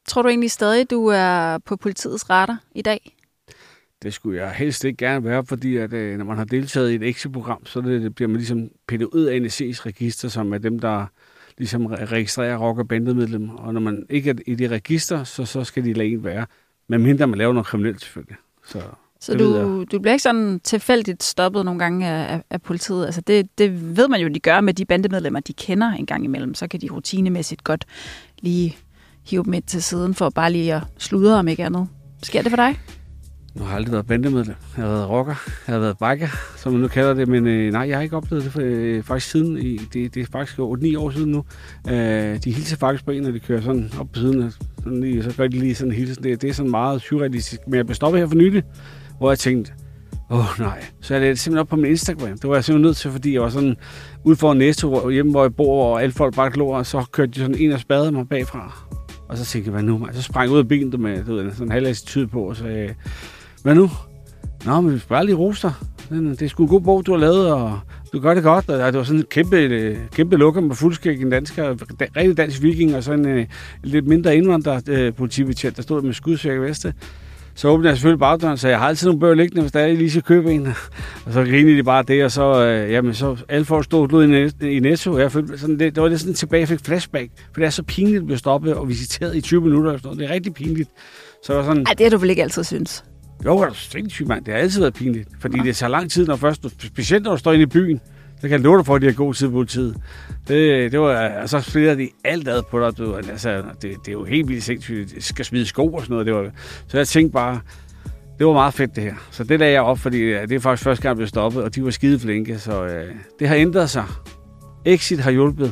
Tror du egentlig stadig, du er på politiets radar i dag? Det skulle jeg helst ikke gerne være, fordi at, når man har deltaget i et exit-program, så bliver man ligesom pillet ud af NSC's register, som er dem, der ligesom registrerer rock- og bandemedlemmer. Og når man ikke er i det register, så skal de lade en være. Medmindre man laver noget kriminelt selvfølgelig. Så du bliver ikke sådan tilfældigt stoppet nogle gange af politiet? Altså det ved man jo, de gør med de bandemedlemmer, de kender en gang imellem. Så kan de rutinemæssigt godt lige hive dem ind til siden for bare lige at sludre om ikke andet. Sker det for dig? Nu har jeg aldrig været bandemedlem. Jeg har været rocker. Jeg har været biker, som man nu kalder det. Men nej, jeg har ikke oplevet det faktisk siden. Det er faktisk 8-9 år siden nu. De hilser faktisk på en, når de kører sådan op på siden. Sådan lige, så gør de lige sådan en hilsen. Det er sådan meget surrealistisk. Men jeg blev stoppet her for nylig, hvor jeg tænkte, nej. Så er det simpelthen op på min Instagram. Det var jeg simpelthen nødt til, fordi jeg var sådan ude for Næsto, hjemme hvor jeg bor, og alle folk bare glor, og så kørte de sådan en og spadede mig bagfra. Og så tænkte jeg, hvad nu? Så sprang jeg ud af bilen med sådan en halv attitude på, og sagde, hvad nu? Nå, men vi skal bare lige rose dig. Det er sgu en god bog, du har lavet, og du gør det godt. Og det var sådan et kæmpe lukker med fuldskæg, en dansker, rigtig dansk viking, og sådan en lidt mindre indvandrer politibetjent, der stod med skudsværk veste. Så åbnede jeg selvfølgelig bagdøren og sagde, jeg har altid nogle bøger liggende, hvis der er lige skal købe en. Og så grinede de bare det, og så alle folk stod ud i Netto. Jeg følte sådan, det var lidt sådan tilbage, jeg fik flashback, for det er så pinligt at blive stoppet og visiteret i 20 minutter. Det er rigtig pinligt. Så var sådan, ej, det har du vel ikke altid synes? Jo, det er sindssygt, mand. Det har altid været pinligt, fordi det tager lang tid, specielt når du står inde i byen. Så kan jeg love dig for, at de har god tid på politiet. Det var, og så spiller de alt ad på dig. Altså, det er jo helt vildt sindssygt. Det skal smide sko og sådan noget. Så jeg tænkte bare, det var meget fedt det her. Så det lagde jeg op, fordi det er faktisk første gang, jeg blev stoppet, og de var skide flinke. Så det har ændret sig. Exit har hjulpet.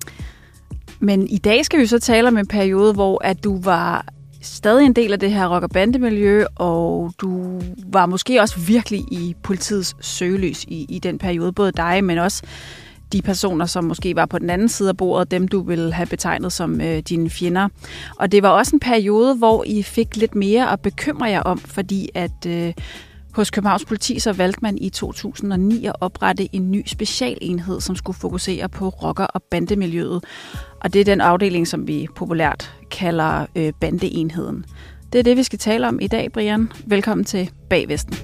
Men i dag skal vi så tale om en periode, hvor at du var stadig en del af det her rock- og bandemiljø, og du var måske også virkelig i politiets søgelys i den periode. Både dig, men også de personer, som måske var på den anden side af bordet, dem du ville have betegnet som dine fjender. Og det var også en periode, hvor I fik lidt mere at bekymre jer om, fordi at hos Københavns Politi så valgte man i 2009 at oprette en ny specialenhed, som skulle fokusere på rocker- og bandemiljøet. Og det er den afdeling, som vi populært kalder bandeenheden. Det er det, vi skal tale om i dag, Brian. Velkommen til Bagvesten.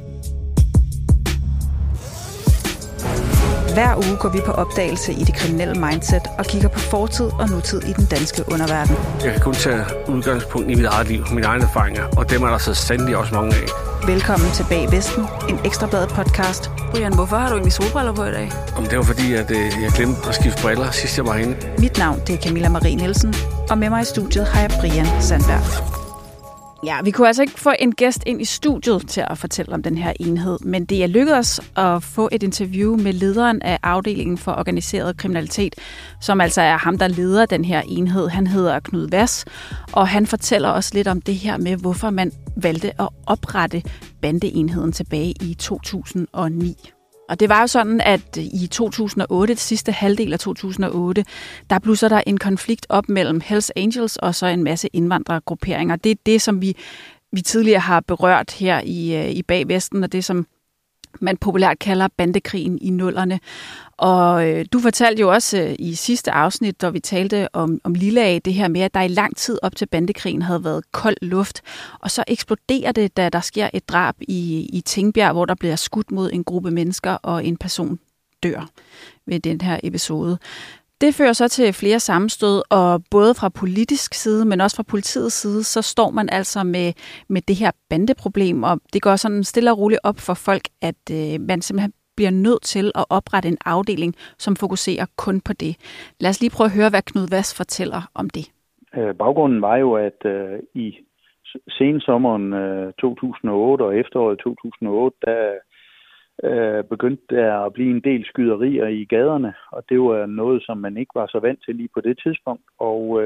Hver uge går vi på opdagelse i det kriminelle mindset og kigger på fortid og nutid i den danske underverden. Jeg kan kun tage udgangspunkt i mit eget liv, mine egne erfaringer, og dem er der så sandelig også mange af. Velkommen til Bagvesten, en Ekstrabladet podcast. Brian, hvorfor har du egentlig solbriller på i dag? Det var fordi, at jeg glemte at skifte briller, sidst jeg var herinde. Mit navn det er Camilla Marie Nielsen, og med mig i studiet har jeg Brian Sandberg. Ja, vi kunne altså ikke få en gæst ind i studiet til at fortælle om den her enhed, men det er lykkedes at få et interview med lederen af afdelingen for organiseret kriminalitet, som altså er ham, der leder den her enhed. Han hedder Knud Vass, og han fortæller os lidt om det her med, hvorfor man valgte at oprette bandeenheden tilbage i 2009. Og det var jo sådan, at i 2008, det sidste halvdel af 2008, der blusser der en konflikt op mellem Hells Angels og så en masse indvandrergrupperinger. Det er det, som vi tidligere har berørt her i Bagvesten, og det, som man populært kalder bandekrigen i nullerne. Og du fortalte jo også i sidste afsnit, da vi talte om Lilleage, det her med, at der i lang tid op til bandekrigen havde været kold luft. Og så eksploderer det, da der sker et drab i Tingbjerg, hvor der bliver skudt mod en gruppe mennesker, og en person dør ved den her episode. Det fører så til flere sammenstød, og både fra politisk side, men også fra politiets side, så står man altså med det her bandeproblem, og det går sådan stille og roligt op for folk, at man simpelthen bliver nødt til at oprette en afdeling, som fokuserer kun på det. Lad os lige prøve at høre, hvad Knud Vass fortæller om det. Baggrunden var jo, at i sensommeren 2008 og efteråret 2008, der begyndte der at blive en del skyderier i gaderne, og det var noget, som man ikke var så vant til lige på det tidspunkt. Og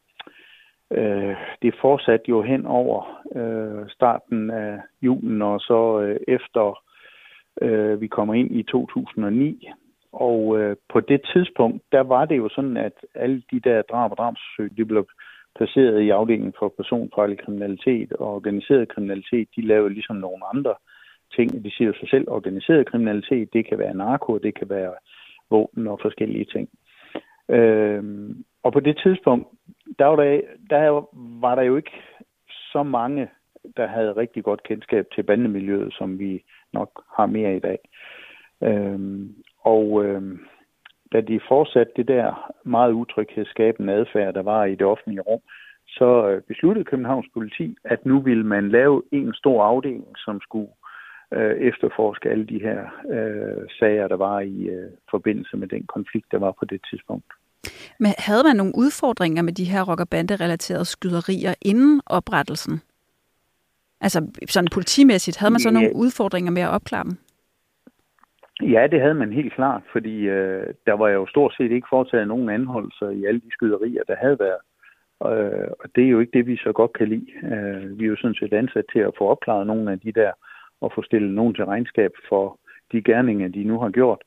det fortsatte jo hen over starten af julen, og så efter vi kommer ind i 2009. Og på det tidspunkt, der var det jo sådan, at alle de der drab og drabsforsøg, de blev placeret i afdelingen for personfarlig kriminalitet og organiseret kriminalitet. De lavede ligesom nogle andre ting. De siger jo sig selv organiseret kriminalitet. Det kan være narko, det kan være våben og forskellige ting. Og på det tidspunkt, der var der jo ikke så mange, der havde rigtig godt kendskab til bandemiljøet, som vi nok har mere i dag. Da de fortsatte det der meget utryghedsskabende adfærd, der var i det offentlige rum, så besluttede Københavns politi, at nu ville man lave en stor afdeling, som skulle efterforske alle de her sager, der var i forbindelse med den konflikt, der var på det tidspunkt. Men havde man nogle udfordringer med de her rocker-bande-relaterede skyderier inden oprettelsen? Altså sådan politimæssigt, havde man så nogle udfordringer med at opklare dem? Ja, det havde man helt klart, fordi der var jo stort set ikke foretaget nogen anholdelser i alle de skyderier, der havde været. Og det er jo ikke det, vi så godt kan lide. Vi er jo sådan set ansat til at få opklaret nogle af de der, og få stillet nogen til regnskab for de gerninger, de nu har gjort.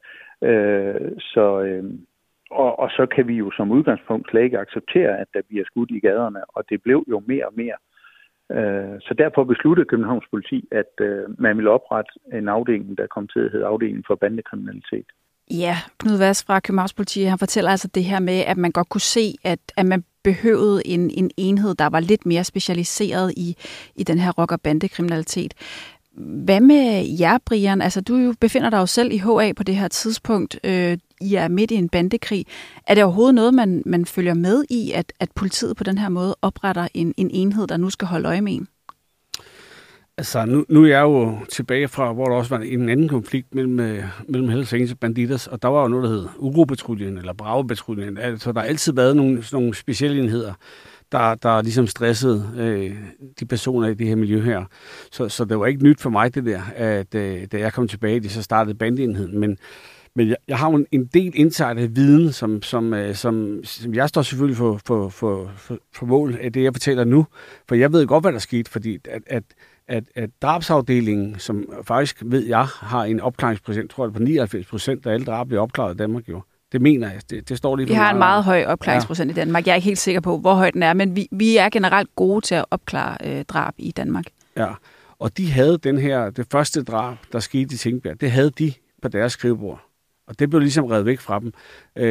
Og så kan vi jo som udgangspunkt slet ikke acceptere, at der bliver skudt i gaderne, og det blev jo mere og mere. Så derfor besluttede Københavns politi, at man ville oprette en afdeling, der kom til at hedde afdelingen for bandekriminalitet. Ja, Knud Hvas fra Københavns politi, han fortæller altså det her med, at man godt kunne se, at man behøvede en enhed, der var lidt mere specialiseret i den her rock- og bandekriminalitet. Hvad med jer, Brian? Altså, du befinder dig jo selv i HA på det her tidspunkt. I er midt i en bandekrig. Er det overhovedet noget, man følger med i, at politiet på den her måde opretter en enhed, der nu skal holde øje med en? Altså, nu er jeg jo tilbage fra, hvor der også var en anden konflikt mellem Hells Angels og Bandidos, og der var jo noget, der hed Uro-patruljen eller Bravo-patruljen. Altså, der har altid været nogle specielle enheder, der ligesom stressede de personer i det her miljø her. Så det var ikke nyt for mig, det der, at da jeg kom tilbage, så startede bandeenheden. Men jeg har jo en del insider-viden, som jeg står selvfølgelig for mål af det, jeg fortæller nu. For jeg ved godt, hvad der skete, fordi at drabsafdelingen, som faktisk ved jeg, har en opklaringsprocent, tror jeg, på 99% af alle drab bliver opklaret i Danmark jo. Det mener jeg. Det står lige for. Vi har en meget høj opklaringsprocent i Danmark. Jeg er ikke helt sikker på, hvor høj den er, men vi er generelt gode til at opklare drab i Danmark. Ja, og de havde det første drab, der skete i Tingbjerg, det havde de på deres skrivebord. Og det blev ligesom revet væk fra dem.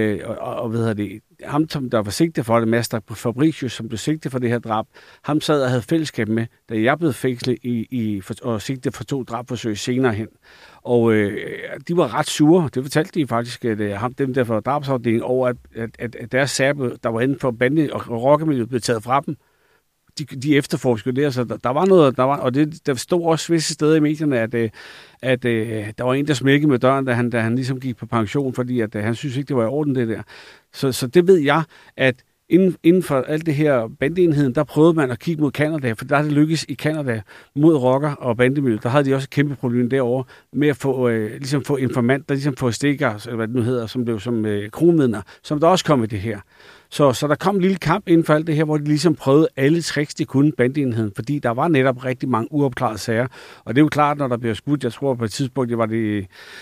Ham, der var sigtet for det, Master Fabricius, som blev sigtet for det her drab, ham sad og havde fællesskab med, da jeg blev fængslet og sigtet for 2 drabforsøg senere hen. Og de var ret sure, det fortalte de faktisk, at dem der fra drabsafdelingen, over at deres sager, der var inden for bande- og rockemiljøet, blev taget fra dem. De efterforskede det, så der var noget, og der stod også visse steder i medierne, at der var en, der smækkede med døren, da han ligesom gik på pension, fordi at han synes ikke, det var i orden, det der. Så det ved jeg, at inden for alt det her bandeenheden, der prøvede man at kigge mod Canada, for der er det lykkes i Canada mod rocker og bandemiljø. Der havde de også et kæmpe problem derovre med at få informant, der ligesom få stikker, eller hvad det nu hedder, som blev som kronvidner, som der også kom i det her. Så der kom en lille kamp inden for alt det her, hvor de ligesom prøvede alle tricks, de kunne bandeenheden, fordi der var netop rigtig mange uopklarede sager. Og det er jo klart, når der bliver skudt, jeg tror på et tidspunkt, det var det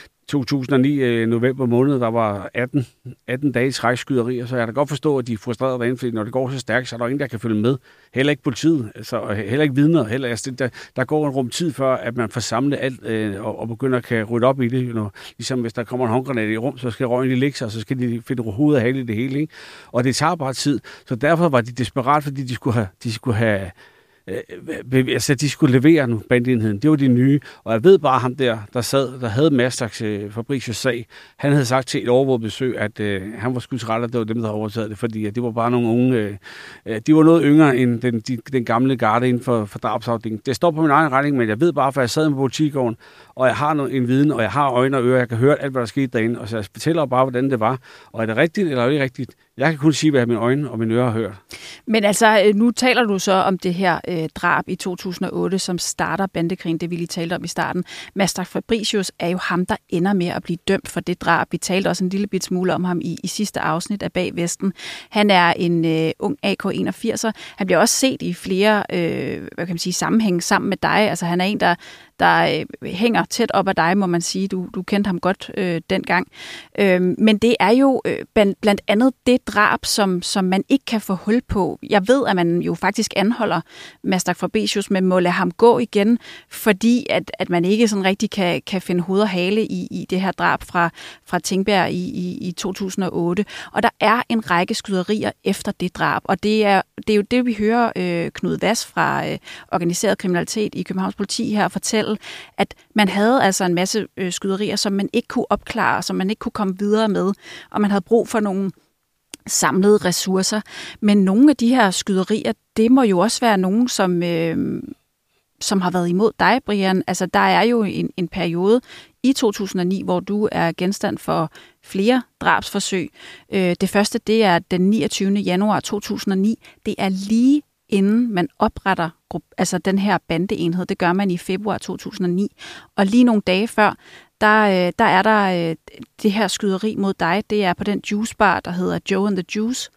2009 november måned, der var 18 dage trækskyderier, så jeg kan godt forstå, at de er frustrerede derinde, fordi når det går så stærkt, så er der ingen, der kan følge med. Heller ikke politiet, altså, heller ikke vidner. Der går en rum tid før, at man får samlet alt og begynder at kan rydde op i det. Ligesom hvis der kommer en håndgranat i rum, så skal røgen lige ligge sig, og så skal de finde hovedet af det hele. Ikke? Og det tager bare tid. Så derfor var de desperat, fordi de skulle have de skulle levere nu bandeenheden. Det var de nye. Og jeg ved bare ham der havde Masters Fabricius sag. Han havde sagt til et overvåget besøg, at han var sgu træt, at det var dem, der havde overtaget det, fordi det var bare nogle unge. De var noget yngre end den gamle garde inden for drabsafdelingen. Det står på min egen regning, men jeg ved bare, for jeg sad med politigården, og jeg har en viden, og jeg har øjne og ører. Jeg kan høre alt, hvad der skete derinde, og så jeg fortæller bare, hvordan det var. Og er det rigtigt eller ikke rigtigt? Jeg kan kun sige, hvad mine øjne og mine ører har hørt. Men altså, nu taler du så om det her drab i 2008, som starter bandekrigen, det vi lige talte om i starten. Master Fabricius er jo ham, der ender med at blive dømt for det drab. Vi talte også en lille bit smule om ham i sidste afsnit af Bag Vesten. Han er en ung AK-81'er. Han bliver også set i flere sammenhænge sammen med dig. Altså, han er en, der hænger tæt op ad dig, må man sige. Du kendte ham godt dengang. Men det er jo blandt andet det drab, som man ikke kan få hul på. Jeg ved, at man jo faktisk anholder Mazdak Fabricius, men må lade ham gå igen, fordi at man ikke sådan rigtig kan finde hoved og hale i det her drab fra Tingbjerg i 2008. Og der er en række skyderier efter det drab, og det er jo det, vi hører Knud Vass fra organiseret kriminalitet i Københavns Politi her fortælle, at man havde altså en masse skyderier, som man ikke kunne opklare, som man ikke kunne komme videre med, og man havde brug for nogle samlede ressourcer. Men nogle af de her skyderier, det må jo også være nogen, som har været imod dig, Brian. Altså, der er jo en periode i 2009, hvor du er genstand for flere drabsforsøg. Det første, det er den 29. januar 2009. Det er lige inden man opretter den her bandeenhed. Det gør man i februar 2009. Og lige nogle dage før, der er der det her skyderi mod dig. Det er på den juicebar, der hedder Joe and the Juice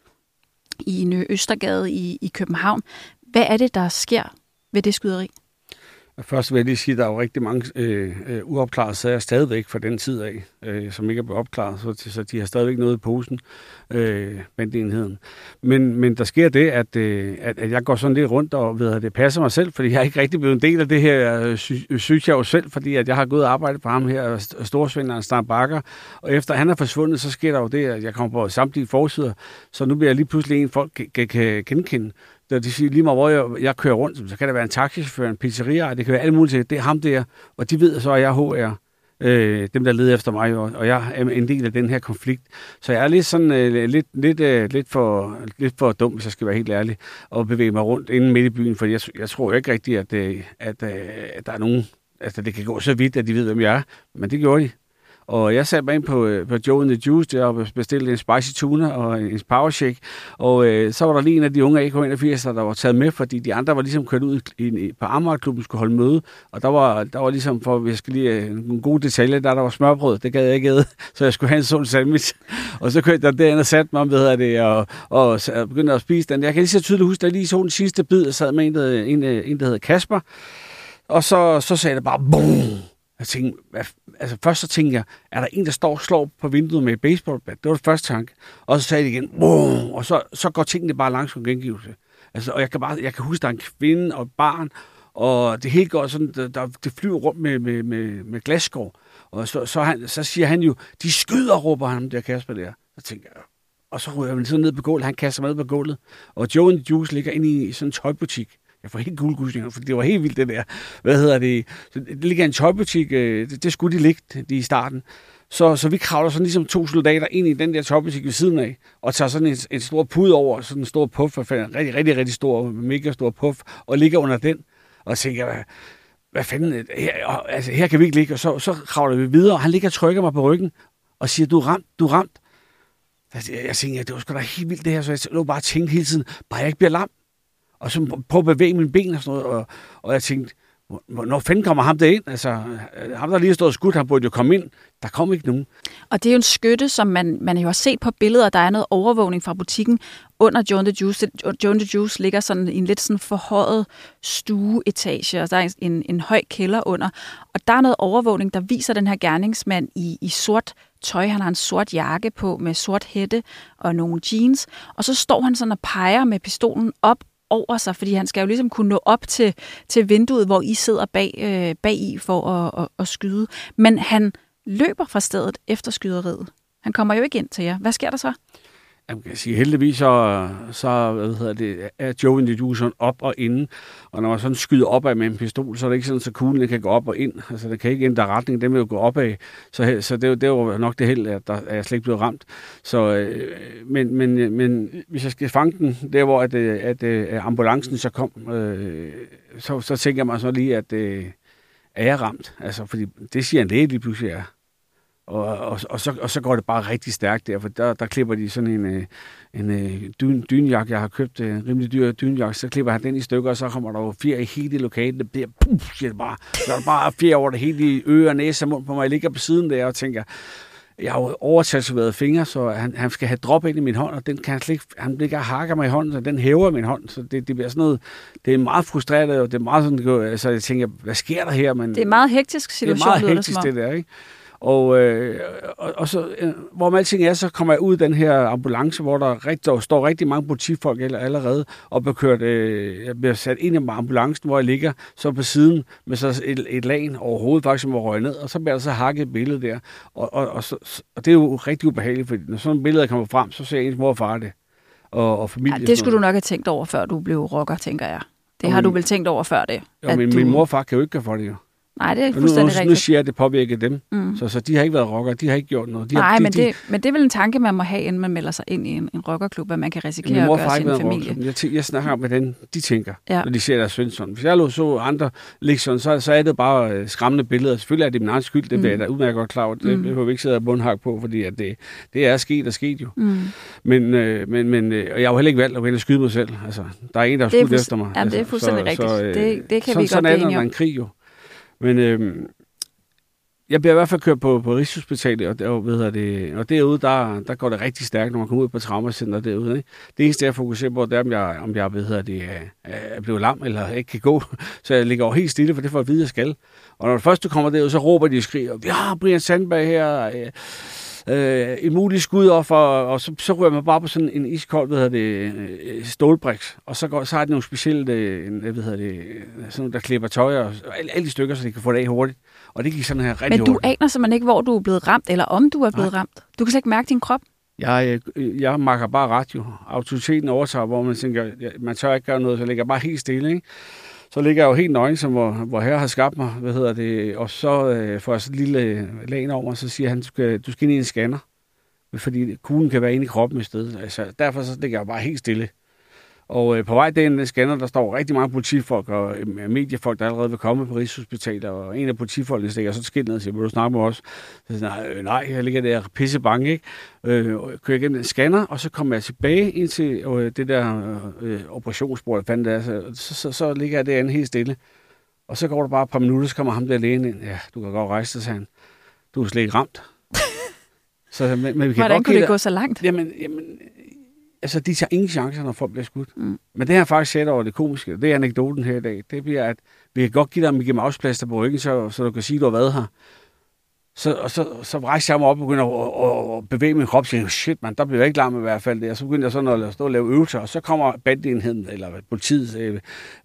i Ny Østergade i København. Hvad er det, der sker ved det skyderi? Først vil jeg lige sige, at der er jo rigtig mange uopklarede sager stadigvæk fra den tid af, som ikke er blevet opklaret, så de har stadigvæk noget i posen, bandeenheden. Men der sker det, at jeg går sådan lidt rundt og ved, at det passer mig selv, fordi jeg er ikke rigtig blevet en del af det her, synes jeg jo selv, fordi at jeg har gået og arbejdet på ham her, storsvinderen Star Bakker, og efter han er forsvundet, så sker der jo det, at jeg kommer på samtlige forsider, så nu bliver jeg lige pludselig en, folk kan genkende. De siger lige meget, hvor jeg kører rundt, så kan der være en taxichauffør, en pizzeria, det kan være alt muligt. Det er ham der, og de ved så, at jeg er HR. Dem, der leder efter mig, og jeg er en del af den her konflikt. Så jeg er lidt sådan lidt for dum, hvis jeg skal være helt ærlig, og bevæge mig rundt inde midt i byen, for jeg tror ikke rigtigt, at der er nogen, altså det kan gå så vidt, at de ved, hvem jeg er, men det gjorde de. Og jeg satte mig ind på Joe and the Juice der og bestilte en spicy tuna og en power shake. Og så var der lige en af de unge AK81'er, der var taget med, fordi de andre var ligesom kørt ud på Amagerklubben, skulle holde møde. Og der var ligesom, for vi skal lige nogle gode detaljer, der var smørbrød, det gad jeg ikke æde, så jeg skulle have en sund sandwich. Og så kørte jeg derind og satte mig, og begyndte at spise den. Jeg kan lige så tydeligt huske, at jeg lige så den sidste bid, jeg sad med en, der hedder Kasper. Og så sagde det bare, boom! Jeg tænkte, først så tænkte jeg, er der en, der står og slår på vinduet med baseballbat? Det var det første tanke. Og så sagde det igen, boom! Og så går tingene bare langsomt gengivelse. Altså, og jeg kan huske, der er en kvinde og et barn, og det hele går sådan, det flyver rundt med glasskår. Og så siger han jo, de skyder, råber han, der Kasper der. Så tænker jeg, og så ryger man sådan ned på gulvet, han kaster mig ned på gulvet. Og Joe and the Juice ligger inde i sådan en tøjbutik. Jeg får helt guldgusninger, for det var helt vildt det der. Så det ligger en tøjbutik, det skulle de ligge i starten. Så vi kravler sådan ligesom 2 soldater ind i den der tøjbutik ved siden af, og tager sådan en stor pude over, sådan en stor puff, en rigtig, rigtig, rigtig stor, mega stor puff, og ligger under den. Og tænker, hvad fanden, her kan vi ikke ligge. Og så kravler vi videre, og han ligger og trykker mig på ryggen, og siger, du er ramt. Jeg tænker, det var sgu da helt vildt det her, så jeg lå bare og tænkte hele tiden, bare jeg ikke bliver lam. Og så prøve at bevæge mine ben og sådan noget, og jeg tænkte, når fanden kommer ham der ind? Altså, ham der lige har stået skudt, han burde jo komme ind. Der kom ikke nogen. Og det er jo en skytte, som man jo har set på billeder, der er noget overvågning fra butikken under Joe and the Juice. Joe and the Juice ligger sådan i en lidt sådan forhøjet stueetage, og der er en høj kælder under. Og der er noget overvågning, der viser den her gerningsmand i sort tøj. Han har en sort jakke på med sort hætte og nogle jeans. Og så står han sådan og peger med pistolen op over sig, fordi han skal jo ligesom kunne nå op til vinduet, hvor I sidder bag i for at skyde. Men han løber fra stedet efter skyderiet. Han kommer jo ikke ind til jer. Hvad sker der så? Jeg kan sige, heldigvis er Joe and the Juice op og inde, og når man sådan skyder opad med en pistol, så er det ikke sådan, så kuglen kan gå op og ind. Altså, det kan ikke ændre retning, den vil jo gå opad. Så det var nok det held, at jeg slet ikke blev ramt. Så, men hvis jeg skal fange den, der hvor at ambulancen så kom, så tænker jeg mig så lige, at er jeg ramt? Altså, fordi det siger en læge lige pludselig, er. Og så går det bare rigtig stærkt der, for der klipper de sådan en dynjakke, jeg har købt, en rimelig dyr dynjakke, så klipper han den i stykker, og så kommer der jo fjer i hele lokalet, det bliver puff, siger det bare. Så er der bare fjer over det hele i øre, næse og mund på mig, jeg ligger på siden der og tænker, Jeg har jo overtatoveret fingre, så han skal have drop ind i min hånd, og den kan han ligger og hakker mig i hånden, så den hæver min hånd. Så det bliver sådan noget, det er meget frustrerende, og det er meget sådan, altså jeg tænker, hvad sker der her? Men det er en meget hektisk situation. Det er meget hektisk, det der, ikke? Og så, hvor man alting er, så kommer jeg ud i den her ambulance, hvor der står rigtig mange politifolk allerede, og jeg bliver sat ind i ambulancen, hvor jeg ligger så på siden med så et lag over hovedet, faktisk, som var røget ned, og så bliver der så hakket et billede der. Og det er jo rigtig ubehageligt, fordi når sådan et billede kommer frem, så ser ens mor og far det, og familie. Ja, det skulle du nok have tænkt over, før du blev rocker, tænker jeg. Det har du vel tænkt over før det? Jo, men min mor og far kan jo ikke gøre for det, jo. Nej, det er fuldstændig rigtigt. Nu siger jeg, at det påvirker dem. Så de har ikke været rockere, de har ikke gjort noget. Men det er vel en tanke, man må have, inden man melder sig ind i en rockerklub, at man kan risikere at gøre sin familie. Jeg snakker om, hvordan de tænker, når de ser deres søn sådan. Hvis jeg så andre ligge sådan, så er det bare skræmmende billeder. Selvfølgelig er det min egen skyld, det bliver jeg da udmærket godt klar over. Det behøver vi ikke sidde og bundhak på, fordi at det er sket jo. Men og jeg har jo heller ikke valgt at vælge at skyde mig selv. Altså, der er en, der har skudt efter mig. Jamen, det er fuldstændig rigtigt. Det kan vi godt blive enige om. Sådan er der en krig jo. Men jeg bliver i hvert fald kørt på Rigshospitalet, og derude, der går det rigtig stærkt, når man kommer ud på traumacenter derude. Ikke? Det eneste, jeg fokuserer på, det er, om jeg er blevet lam, eller ikke kan gå. Så jeg ligger over helt stille, for det får at vide, jeg skal. Og når det første kommer derud, så råber de og skriger, vi har Brian Sandberg her, et muligt skudoffer, og så rører man bare på sådan en iskold, stålbriks, og så har de nogle specielle, sådan der klipper tøj og alle de stykker, så de kan få det af hurtigt. Og det gik sådan her rigtig hurtigt. Men du aner simpelthen ikke, hvor du er blevet ramt, eller om du er blevet ramt. Du kan slet ikke mærke din krop. Jeg makker bare radio. Autoriteten overtager, hvor man tænker, man tør ikke gøre noget, så ligger bare helt stille, ikke? Så ligger jeg jo helt nøgen, som hvor herre har skabt mig, og så får jeg sådan et lille lag over, og så siger han, du skal ind i en scanner, fordi kuglen kan være inde i kroppen i stedet. Altså, derfor så ligger jeg bare helt stille. Og på vej den scanner, der står rigtig mange politifolk og mediefolk, der allerede vil komme på Rigshospitalet, og en af politifolkene stikker så et skilt ned og siger, vil du snakke med os? Så siger nej, jeg ligger der pisse bange, ikke? Kører igennem den scanner, og så kommer jeg tilbage ind til det der operationsbord, så ligger jeg derinde helt stille. Og så går der bare et par minutter, så kommer ham der lægen ind. Ja, du kan godt rejse dig, sagde han. Du er slet ikke ramt. Så, men vi kan hvordan kunne det gå så langt? Jamen, altså, de tager ingen chancer, når folk bliver skudt. Men det her faktisk sætter over det komiske. Det er anekdoten her i dag. Det bliver, at vi kan godt give dig Mickey Mouse-plaster på ryggen, så du kan sige, at du har været her. Så rejser jeg mig op og begynder at bevæge min krop og siger, shit man, der bliver jeg ikke larm i hvert fald det. Og så begynder jeg sådan at stå og lave øvelser, og så kommer bandeenheden, eller politiet,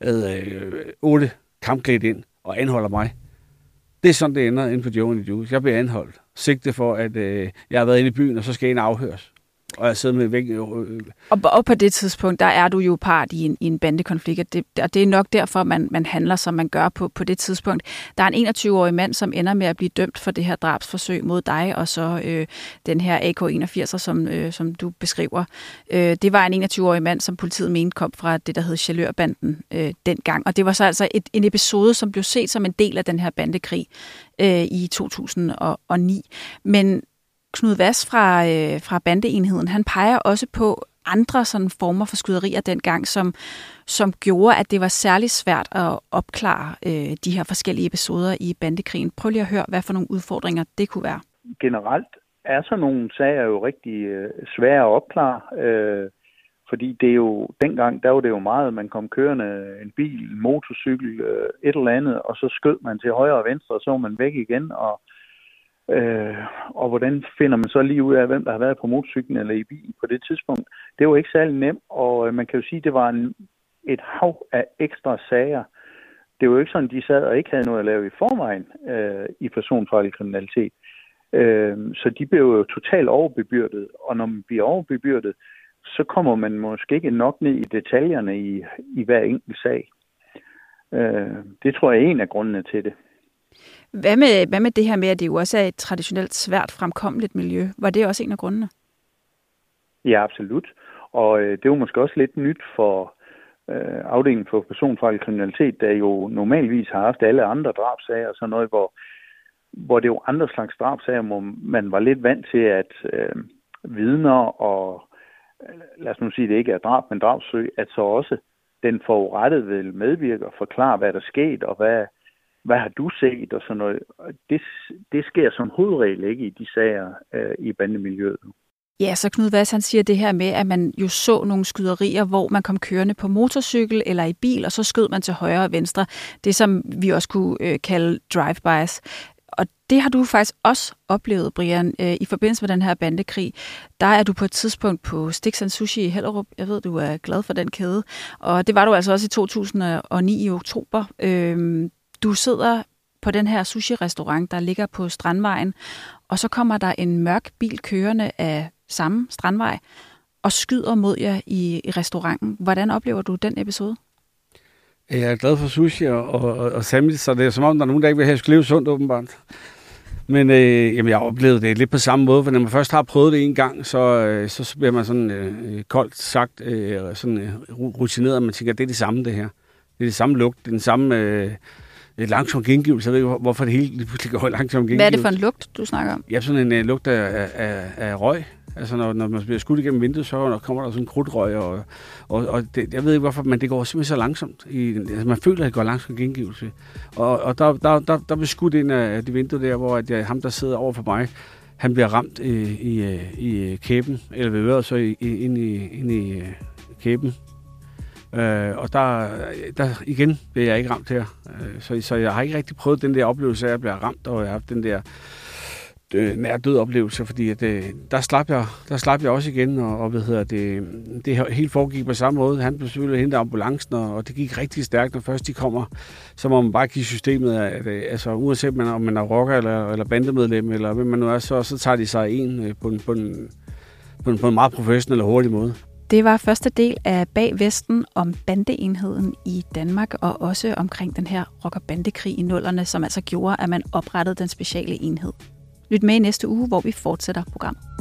8 kampklædt ind og anholder mig. Det er sådan, det ender inde på Joe and the Juice. Jeg bliver anholdt. Sigte for, at jeg har været inde i byen, og så skal jeg ind og afhøres. Og jeg sidder med væk. Og på det tidspunkt, der er du jo part i en bandekonflikt, og det er nok derfor, man handler, som man gør på det tidspunkt. Der er en 21-årig mand, som ender med at blive dømt for det her drabsforsøg mod dig, og så den her AK-81, som du beskriver. Det var en 21-årig mand, som politiet mente kom fra det, der hed Chalørbanden dengang. Og det var så altså en episode, som blev set som en del af den her bandekrig i 2009. Men Knud Vass fra bandeenheden, han peger også på andre sådan former for skyderier dengang, som gjorde, at det var særlig svært at opklare de her forskellige episoder i bandekrigen. Prøv lige at høre, hvad for nogle udfordringer det kunne være. Generelt er sådan nogle sager jo rigtig svære at opklare, fordi det er jo, dengang der var det jo meget, man kom kørende en bil, en motorcykel, et eller andet, og så skød man til højre og venstre, og så var man væk igen, og hvordan finder man så lige ud af, hvem der har været på motorcyklen eller i bilen på det tidspunkt? Det var ikke særlig nemt, og man kan jo sige, at det var et hav af ekstra sager. Det var jo ikke sådan, de sad og ikke havde noget at lave i forvejen i personfarlig kriminalitet. Så de blev jo totalt overbebyrdet, og når man bliver overbebyrdet, så kommer man måske ikke nok ned i detaljerne i hver enkelt sag. Det tror jeg er en af grundene til det. Hvad med det her med, at det jo også er et traditionelt svært fremkommeligt miljø? Var det også en af grundene? Ja, absolut. Og det var måske også lidt nyt for afdelingen for personfarlig kriminalitet, der jo normalvis har haft alle andre drabsager og sådan noget, hvor det jo andre slags drabsager, hvor man var lidt vant til, at vidner og, lad os nu sige, det ikke er drab, men drabsøg, at så også den forurettede vil medvirke og forklare, hvad der skete, og hvad har du set og sådan noget. Det sker som hovedregel ikke i de sager i bandemiljøet. Ja, så Knud Vass, han siger det her med, at man jo så nogle skyderier, hvor man kom kørende på motorcykel eller i bil, og så skød man til højre og venstre. Det, som vi også kunne kalde drive-bys. Og det har du faktisk også oplevet, Brian, i forbindelse med den her bandekrig. Der er du på et tidspunkt på Stix & Sushi i Hellerup. Jeg ved, du er glad for den kæde. Og det var du altså også i 2009 i oktober. Du sidder på den her sushi-restaurant, der ligger på Strandvejen, og så kommer der en mørk bil kørende af samme Strandvej og skyder mod jer i restauranten. Hvordan oplever du den episode? Jeg er glad for sushi og sandwich, så det er som om, der er nogen, der ikke vil have, at jeg skal leve sundt, åbenbart. Men jamen, jeg har oplevet det lidt på samme måde, for når man først har prøvet det en gang, så bliver man sådan koldt sagt, sådan rutineret, og man tænker, det er det samme, det her. Det er det samme lugt, det er den samme langsom gengivelse. Jeg ved ikke, hvorfor det hele lige pludselig går langsom gengivelse. Hvad er det for en lugt, du snakker om? Ja, sådan en lugt af røg. Altså, når man bliver skudt igennem vinduet, så kommer der sådan en krudtrøg, og det, jeg ved ikke hvorfor, men det går simpelthen så langsomt. Altså, man føler, at det går langsomt gengivelse. Og der bliver skudt ind af det vindue der, hvor ham, der sidder over for mig, han bliver ramt i kæben, eller ved øret, så ind i kæben. Og der igen bliver jeg ikke ramt her. Så jeg har ikke rigtig prøvet den der oplevelse af, at jeg bliver ramt, og jeg har haft den der nær død oplevelse, fordi at, der slap jeg også igen, og det helt foregik på samme måde. Han blev selvfølgelig hentet ambulancen, og det gik rigtig stærkt, når først de kommer, så må man bare give systemet, at altså, uanset om man er rocker eller bandemedlem, eller hvem man nu er, så tager de sig en på en meget professionel og hurtig måde. Det var første del af Bag Vesten om bandeenheden i Danmark, og også omkring den her rocker-bandekrig i 00'erne, som altså gjorde, at man oprettede den speciale enhed. Lyt med i næste uge, hvor vi fortsætter programmet.